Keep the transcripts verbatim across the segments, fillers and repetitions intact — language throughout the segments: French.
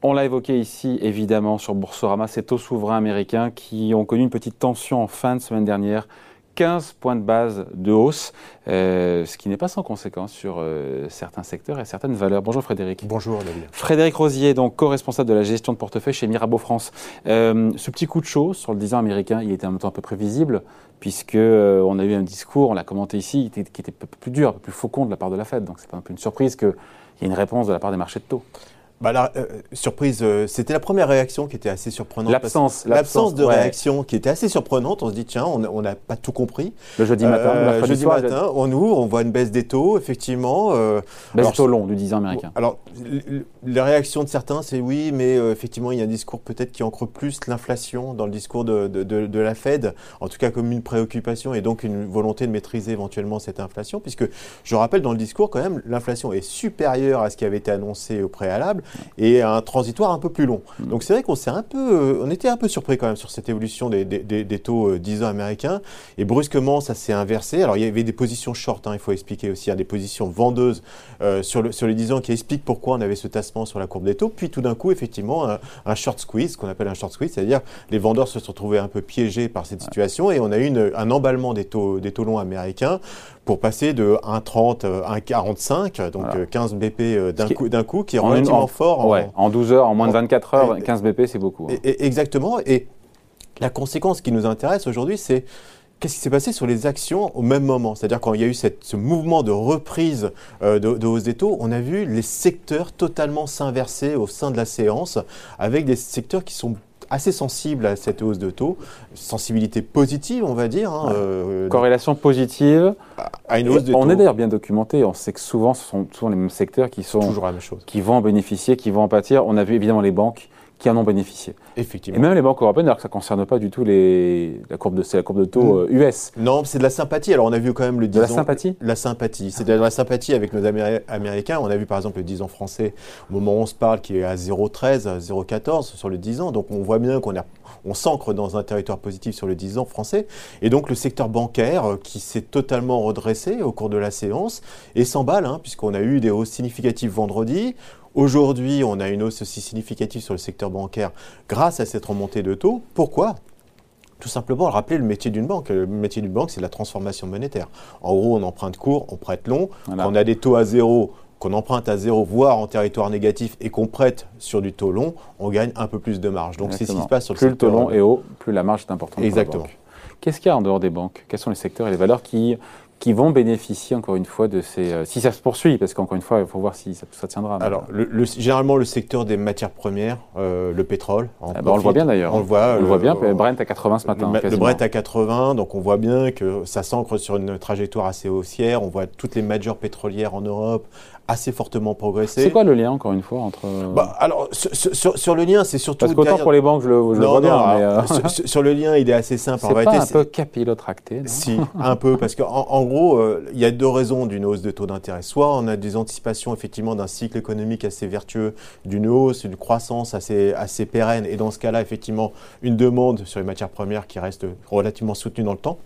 On l'a évoqué ici, évidemment, sur Boursorama, ces taux souverains américains qui ont connu une petite tension en fin de semaine dernière. quinze points de base de hausse, euh, ce qui n'est pas sans conséquence sur euh, certains secteurs et certaines valeurs. Bonjour Frédéric. Bonjour David. Frédéric Rosier, donc co-responsable de la gestion de portefeuille chez Mirabeau France. Euh, ce petit coup de chaud sur le dix ans américain, il était en même temps un peu prévisible, puisqu'on euh, a eu un discours, on l'a commenté ici, qui était, qui était un peu plus dur, un peu plus faucon de la part de la Fed. Donc ce n'est pas un peu une surprise qu'il y ait une réponse de la part des marchés de taux. Bah la euh, surprise, euh, c'était la première réaction qui était assez surprenante. L'absence. L'absence de ouais. réaction qui était assez surprenante. On se dit, tiens, on n'a pas tout compris. Le jeudi matin, euh, le jeudi soir, matin, on ouvre, on voit une baisse des taux, effectivement. Euh, baisse des taux longs du dix ans américain. Alors, les réactions de certains, c'est oui, mais euh, effectivement, il y a un discours peut-être qui ancre plus l'inflation dans le discours de, de, de, de la Fed, en tout cas comme une préoccupation et donc une volonté de maîtriser éventuellement cette inflation, puisque je rappelle dans le discours quand même, l'inflation est supérieure à ce qui avait été annoncé au préalable et à un transitoire un peu plus long. Mmh. Donc c'est vrai qu'on s'est un peu, euh, on était un peu surpris quand même sur cette évolution des, des, des, des taux euh, dix ans américains et brusquement ça s'est inversé. Alors il y avait des positions short, hein, il faut expliquer aussi, hein, des positions vendeuses euh, sur, le, sur les dix ans qui expliquent pourquoi on avait ce tassement sur la courbe des taux. Puis tout d'un coup effectivement un, un short squeeze, ce qu'on appelle un short squeeze, c'est-à-dire les vendeurs se sont trouvés un peu piégés par cette situation et on a eu une, un emballement des taux, des taux longs américains pour passer de un virgule trente à un virgule quarante-cinq, donc voilà. quinze B P d'un coup, d'un coup, qui est relativement en, fort. En, ouais, en douze heures, en moins de vingt-quatre heures, quinze B P, c'est beaucoup. Hein. Et, et, exactement. Et la conséquence qui nous intéresse aujourd'hui, c'est qu'est-ce qui s'est passé sur les actions au même moment. C'est-à-dire quand il y a eu cette, ce mouvement de reprise euh, de, de hausse des taux, on a vu les secteurs totalement s'inverser au sein de la séance, avec des secteurs qui sont assez sensible à cette hausse de taux, sensibilité positive, on va dire. Hein, ouais. euh, Corrélation positive à une hausse de taux. On est d'ailleurs bien documenté, on sait que souvent, ce sont souvent les mêmes secteurs qui, sont, toujours la même chose. qui vont en bénéficier, qui vont en pâtir. On a vu évidemment les banques qui en ont bénéficié. Effectivement. Et même les banques européennes, alors que ça ne concerne pas du tout les, la courbe de, c'est la courbe de taux euh, U S. Non, c'est de la sympathie. Alors on a vu quand même le dix ans. De la sympathie La sympathie. C'est de la sympathie avec nos Améri- Américains. On a vu par exemple le dix ans français, au moment où on se parle, qui est à zéro virgule treize, zéro virgule quatorze sur le dix ans. Donc on voit bien qu'on a, on s'ancre dans un territoire positif sur le dix ans français. Et donc le secteur bancaire euh, qui s'est totalement redressé au cours de la séance et s'emballe, hein, puisqu'on a eu des hausses significatives vendredi. Aujourd'hui, on a une hausse aussi significative sur le secteur bancaire grâce à cette remontée de taux. Pourquoi ? Tout simplement, rappeler le métier d'une banque. Le métier d'une banque, c'est la transformation monétaire. En gros, on emprunte court, on prête long. Voilà. Quand on a des taux à zéro, qu'on emprunte à zéro, voire en territoire négatif, et qu'on prête sur du taux long, on gagne un peu plus de marge. Donc, c'est ce qui se passe sur le plus secteur. Plus le taux long est haut, plus la marge est importante. Exactement. Pour la banque. Qu'est-ce qu'il y a en dehors des banques ? Quels sont les secteurs et les valeurs qui... qui vont bénéficier encore une fois de ces... Euh, si ça se poursuit, parce qu'encore une fois, il faut voir si ça, ça tiendra. Alors, le, le, généralement, le secteur des matières premières, euh, le pétrole... Eh ben, on le voit bien d'ailleurs. On le voit, on le voit bien, euh, Brent à quatre-vingts ce matin. Le, le Brent à quatre-vingts, donc on voit bien que ça s'ancre sur une trajectoire assez haussière. On voit toutes les majors pétrolières en Europe assez fortement progresser. C'est quoi le lien, encore une fois, entre... Bah, alors, sur, sur, sur le lien, c'est surtout... Parce qu'autant derrière... pour les banques, je le, je non, le vois non, bien, alors, mais... Euh... sur, sur le lien, il est assez simple. C'est en pas réalité, un c'est... peu capillotracté, non ? Si, un peu, parce qu'en en gros, euh, il y a deux raisons d'une hausse de taux d'intérêt. Soit on a des anticipations, effectivement, d'un cycle économique assez vertueux, d'une hausse, une croissance assez, assez pérenne, et dans ce cas-là, effectivement, une demande sur les matières premières qui reste relativement soutenue dans le temps.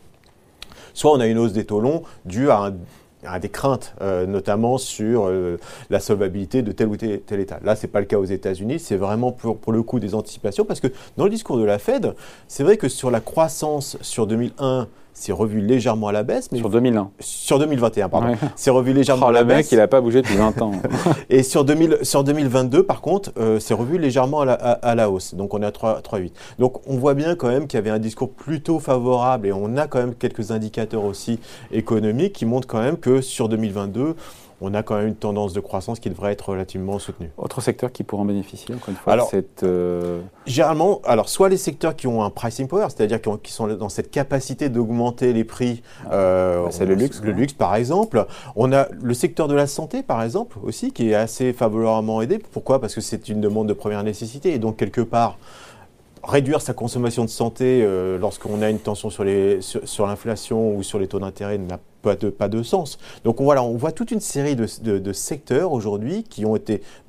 Soit on a une hausse des taux longs due à un à des craintes, euh, notamment sur euh, la solvabilité de tel ou tel, tel État. Là, ce n'est pas le cas aux États-Unis, c'est vraiment pour, pour le coup des anticipations, parce que dans le discours de la Fed, c'est vrai que sur la croissance sur deux mille un, c'est revu légèrement à la baisse. Mais sur deux mille un. Sur deux mille vingt et un, pardon. Ouais. C'est revu légèrement oh, à la le baisse. Le mec, il n'a pas bougé depuis vingt ans. Et sur, deux mille, sur deux mille vingt-deux, par contre, euh, c'est revu légèrement à la, à, à la hausse. Donc, on est à trois virgule huit. Donc, on voit bien quand même qu'il y avait un discours plutôt favorable et on a quand même quelques indicateurs aussi économiques qui montrent quand même que sur deux mille vingt-deux, on a quand même une tendance de croissance qui devrait être relativement soutenue. Autre secteur qui pourrait en bénéficier, encore une fois, alors, cette, euh... généralement, alors, soit les secteurs qui ont un pricing power, c'est-à-dire qui, ont, qui sont dans cette capacité d'augmenter les prix. Ah, euh, bah c'est le luxe. Le luxe, par exemple. On a le secteur de la santé, par exemple, aussi, qui est assez favorablement aidé. Pourquoi ? Parce que c'est une demande de première nécessité. Et donc, quelque part, réduire sa consommation de santé euh, lorsqu'on a une tension sur, les, sur, sur l'inflation ou sur les taux d'intérêt n'a pas de, pas de sens. Donc on, voilà, on voit toute une série de, de, de secteurs aujourd'hui qui ont été d'ailleurs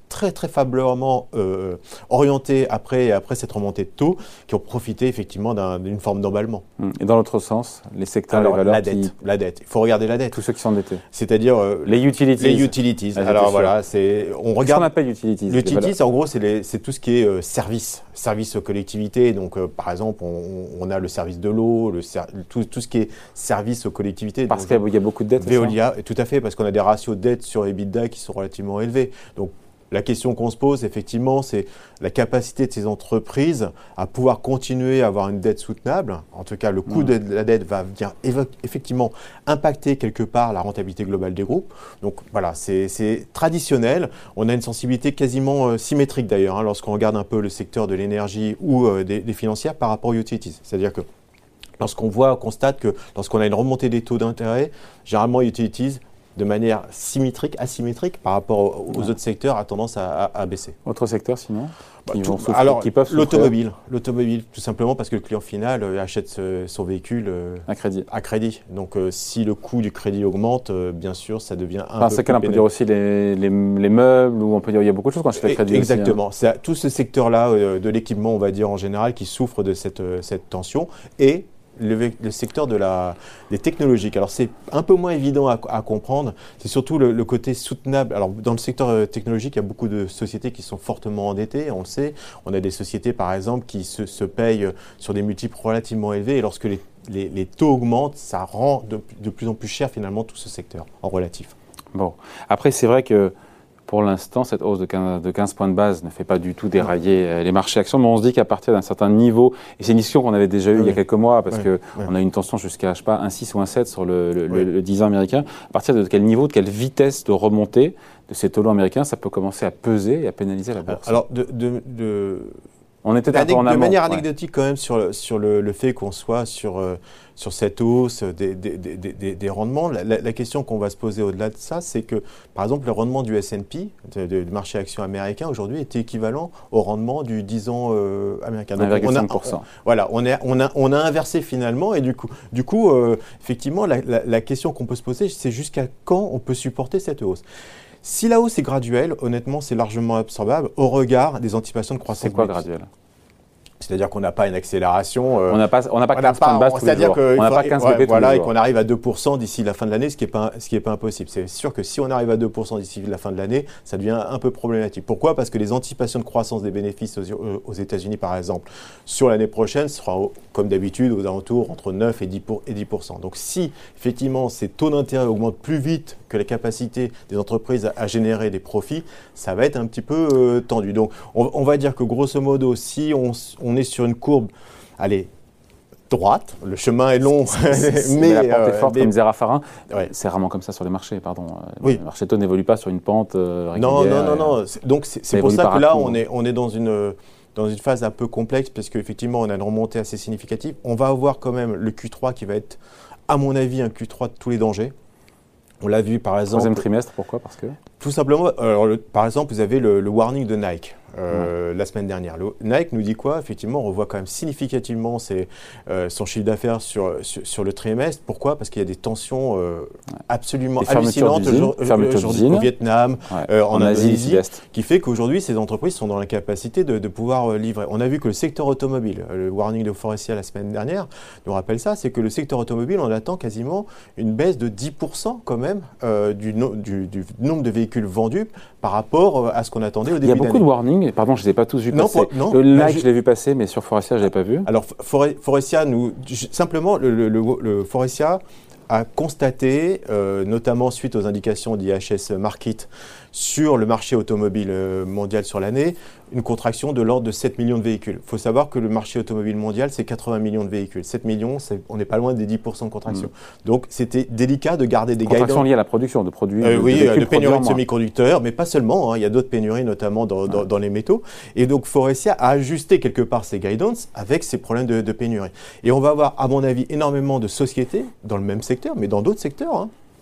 très très favorablement euh, orientés après, après cette remontée de taux, qui ont profité effectivement d'un, d'une forme d'emballement. Et dans l'autre sens, les secteurs, Alors, les valeurs la dette, qui... la dette. Il faut regarder la dette. Tous ceux qui sont endettés. C'est-à-dire euh, les utilities. Les utilities. Ah, Alors voilà, c'est on regarde. Qu'est-ce qu'on appelle utilities? Utilities, en gros, c'est, les, c'est tout ce qui est euh, service, service aux collectivités. Donc, euh, par exemple, on, on a le service de l'eau, le ser- tout, tout ce qui est service aux collectivités. Parce qu'il y a beaucoup de dettes. Veolia, tout à fait, parce qu'on a des ratios de dette sur EBITDA qui sont relativement élevés. Donc, la question qu'on se pose, effectivement, c'est la capacité de ces entreprises à pouvoir continuer à avoir une dette soutenable. En tout cas, le coût mmh. de la dette va venir évo- effectivement impacter quelque part la rentabilité globale des groupes. Donc voilà, c'est, c'est traditionnel. On a une sensibilité quasiment euh, symétrique d'ailleurs, hein, lorsqu'on regarde un peu le secteur de l'énergie ou euh, des, des financières par rapport aux utilities. C'est-à-dire que lorsqu'on voit, on constate que lorsqu'on a une remontée des taux d'intérêt, généralement utilities, de manière symétrique, asymétrique par rapport aux, aux ouais. autres secteurs, a tendance à, à, à baisser. Autre secteur sinon bah, qui tout, vont souffrir, alors, qui peuvent l'automobile, l'automobile, tout simplement parce que le client final euh, achète ce, son véhicule euh, à crédit. À crédit. Donc, euh, si le coût du crédit augmente, euh, bien sûr, ça devient un enfin, peu c'est plus on peut dire aussi les, les, les meubles, ou on peut dire il y a beaucoup de choses quand on achète à crédit. Exactement. Aussi, hein. C'est tout ce secteur-là euh, de l'équipement, on va dire en général, qui souffre de cette, euh, cette tension. Et Le, le secteur de la, des technologiques. Alors, c'est un peu moins évident à, à comprendre. C'est surtout le, le côté soutenable. Alors, dans le secteur technologique, il y a beaucoup de sociétés qui sont fortement endettées, on le sait. On a des sociétés, par exemple, qui se, se payent sur des multiples relativement élevés. Et lorsque les, les, les taux augmentent, ça rend de, de plus en plus cher, finalement, tout ce secteur en relatif. Bon. Après, c'est vrai que pour l'instant, cette hausse de quinze, de quinze points de base ne fait pas du tout dérailler euh, les marchés actions, mais on se dit qu'à partir d'un certain niveau, et c'est une discussion qu'on avait déjà eue oui. il y a quelques mois, parce oui. qu'on oui. a une tension jusqu'à, je sais pas, un six ou un sept sur le, le, oui. le, le dix ans américain, à partir de quel niveau, de quelle vitesse de remontée de ces taux américains, ça peut commencer à peser et à pénaliser la bourse. Alors, de... de, de... On était un peu en de amont, manière ouais. anecdotique quand même sur le, sur le, le fait qu'on soit sur, euh, sur cette hausse des, des, des, des, des rendements. La, la, la question qu'on va se poser au-delà de ça, c'est que par exemple le rendement du S and P, du marché action américain aujourd'hui, est équivalent au rendement du dix ans euh, américain. Donc un virgule cinq pour cent. On a, on, voilà, on, est, on, a, on a inversé finalement et du coup, du coup euh, effectivement la, la, la question qu'on peut se poser, c'est jusqu'à quand on peut supporter cette hausse. Si la hausse est graduelle, honnêtement, c'est largement absorbable au regard des anticipations de croissance. C'est quoi graduel ? C'est-à-dire qu'on n'a pas une accélération. Euh, on n'a pas, on n'a pas quinze points de base tous les jours. On n'a pas quinze ouais, B P voilà, tous les et jours. qu'on arrive à deux pour cent d'ici la fin de l'année, ce qui n'est pas, ce qui est pas impossible. C'est sûr que si on arrive à deux pour cent d'ici la fin de l'année, ça devient un peu problématique. Pourquoi ? Parce que les anticipations de croissance des bénéfices aux, aux États-Unis, par exemple, sur l'année prochaine, sera comme d'habitude aux alentours entre neuf et dix pour cent. Donc si effectivement ces taux d'intérêt augmentent plus vite que la capacité des entreprises à, à générer des profits, ça va être un petit peu euh, tendu. Donc on, on va dire que grosso modo, si on, on est sur une courbe, allez, droite, le chemin est long, c'est, c'est, mais, mais la pente euh, est forte, mais, comme disait Raffarin. Ouais. C'est rarement comme ça sur les marchés, pardon. Oui. Le marché taux n'évolue pas sur une pente euh, régulière. Non, non, non, non. C'est, donc c'est, c'est pour ça que là, on est, on est dans une, dans une phase un peu complexe, parce qu'effectivement, on a une remontée assez significative. On va avoir quand même le Q trois qui va être, à mon avis, un Q trois de tous les dangers. On l'a vu par exemple. Troisième trimestre, pourquoi ? Parce que tout simplement, alors, le, par exemple, vous avez le, le warning de Nike euh, ouais. la semaine dernière. Le, Nike nous dit quoi ? Effectivement, on revoit quand même significativement ses, euh, son chiffre d'affaires sur, sur, sur le trimestre. Pourquoi ? Parce qu'il y a des tensions euh, absolument hallucinantes aujourd'hui au Vietnam, ouais. euh, en, en Asie, qui fait qu'aujourd'hui, ces entreprises sont dans la capacité de, de pouvoir livrer. On a vu que le secteur automobile, le warning de Forestia la semaine dernière, nous rappelle ça, c'est que le secteur automobile, on attend quasiment une baisse de dix pour cent quand même euh, du, no, du, du nombre de véhicules vendus par rapport à ce qu'on attendait au début d'année. Il y a beaucoup d'année. de warnings, pardon, je ne les ai pas tous vus non, passer. Pour, non, le Nike, je... je l'ai vu passer, mais sur Forestia, je ne l'ai pas vu. Alors, Forestia, nous, simplement, le, le, le, le Forestia a constaté, euh, notamment suite aux indications d'I H S Markit sur le marché automobile mondial sur l'année, une contraction de l'ordre de sept millions de véhicules. Il faut savoir que le marché automobile mondial, c'est quatre-vingts millions de véhicules. sept millions, c'est, on n'est pas loin des dix pour cent de contraction. Mmh. Donc, c'était délicat de garder des guidelines. Contraction liée à la production de produits. Euh, de, oui, de, de pénurie de semi-conducteurs, mais pas seulement. Hein, il y a d'autres pénuries, notamment dans, dans, ouais. dans les métaux. Et donc, Forestia a ajusté quelque part ses guidance avec ces problèmes de, de pénurie. Et on va avoir, à mon avis, énormément de sociétés dans le même secteur, mais dans d'autres secteurs, hein,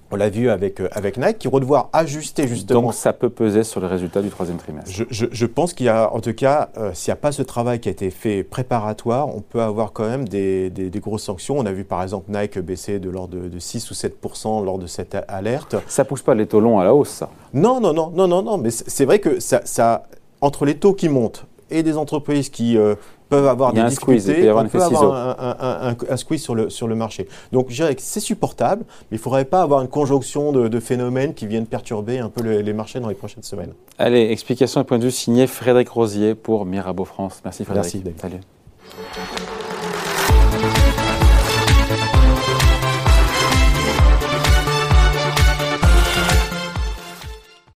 On l'a vu avec, avec Nike, qui vont devoir ajuster justement. Donc ça peut peser sur les résultats du troisième trimestre. Je, je, je pense qu'il y a, en tout cas, euh, s'il n'y a pas ce travail qui a été fait préparatoire, on peut avoir quand même des, des, des grosses sanctions. On a vu par exemple Nike baisser de l'ordre de, de six ou sept pour cent lors de cette alerte. Ça ne pousse pas les taux longs à la hausse, ça? Non, non, non, non, non, non. Mais c'est vrai que ça, ça, entre les taux qui montent et des entreprises qui euh, peuvent avoir des difficultés, squeeze, il peut y avoir on peut avoir un, un, un, un squeeze sur le, sur le marché. Donc je dirais que c'est supportable, mais il ne faudrait pas avoir une conjonction de, de phénomènes qui viennent perturber un peu le, les marchés dans les prochaines semaines. Allez, explication et point de vue signé Frédéric Rosier pour Mirabeau France. Merci Frédéric. Merci David. Salut.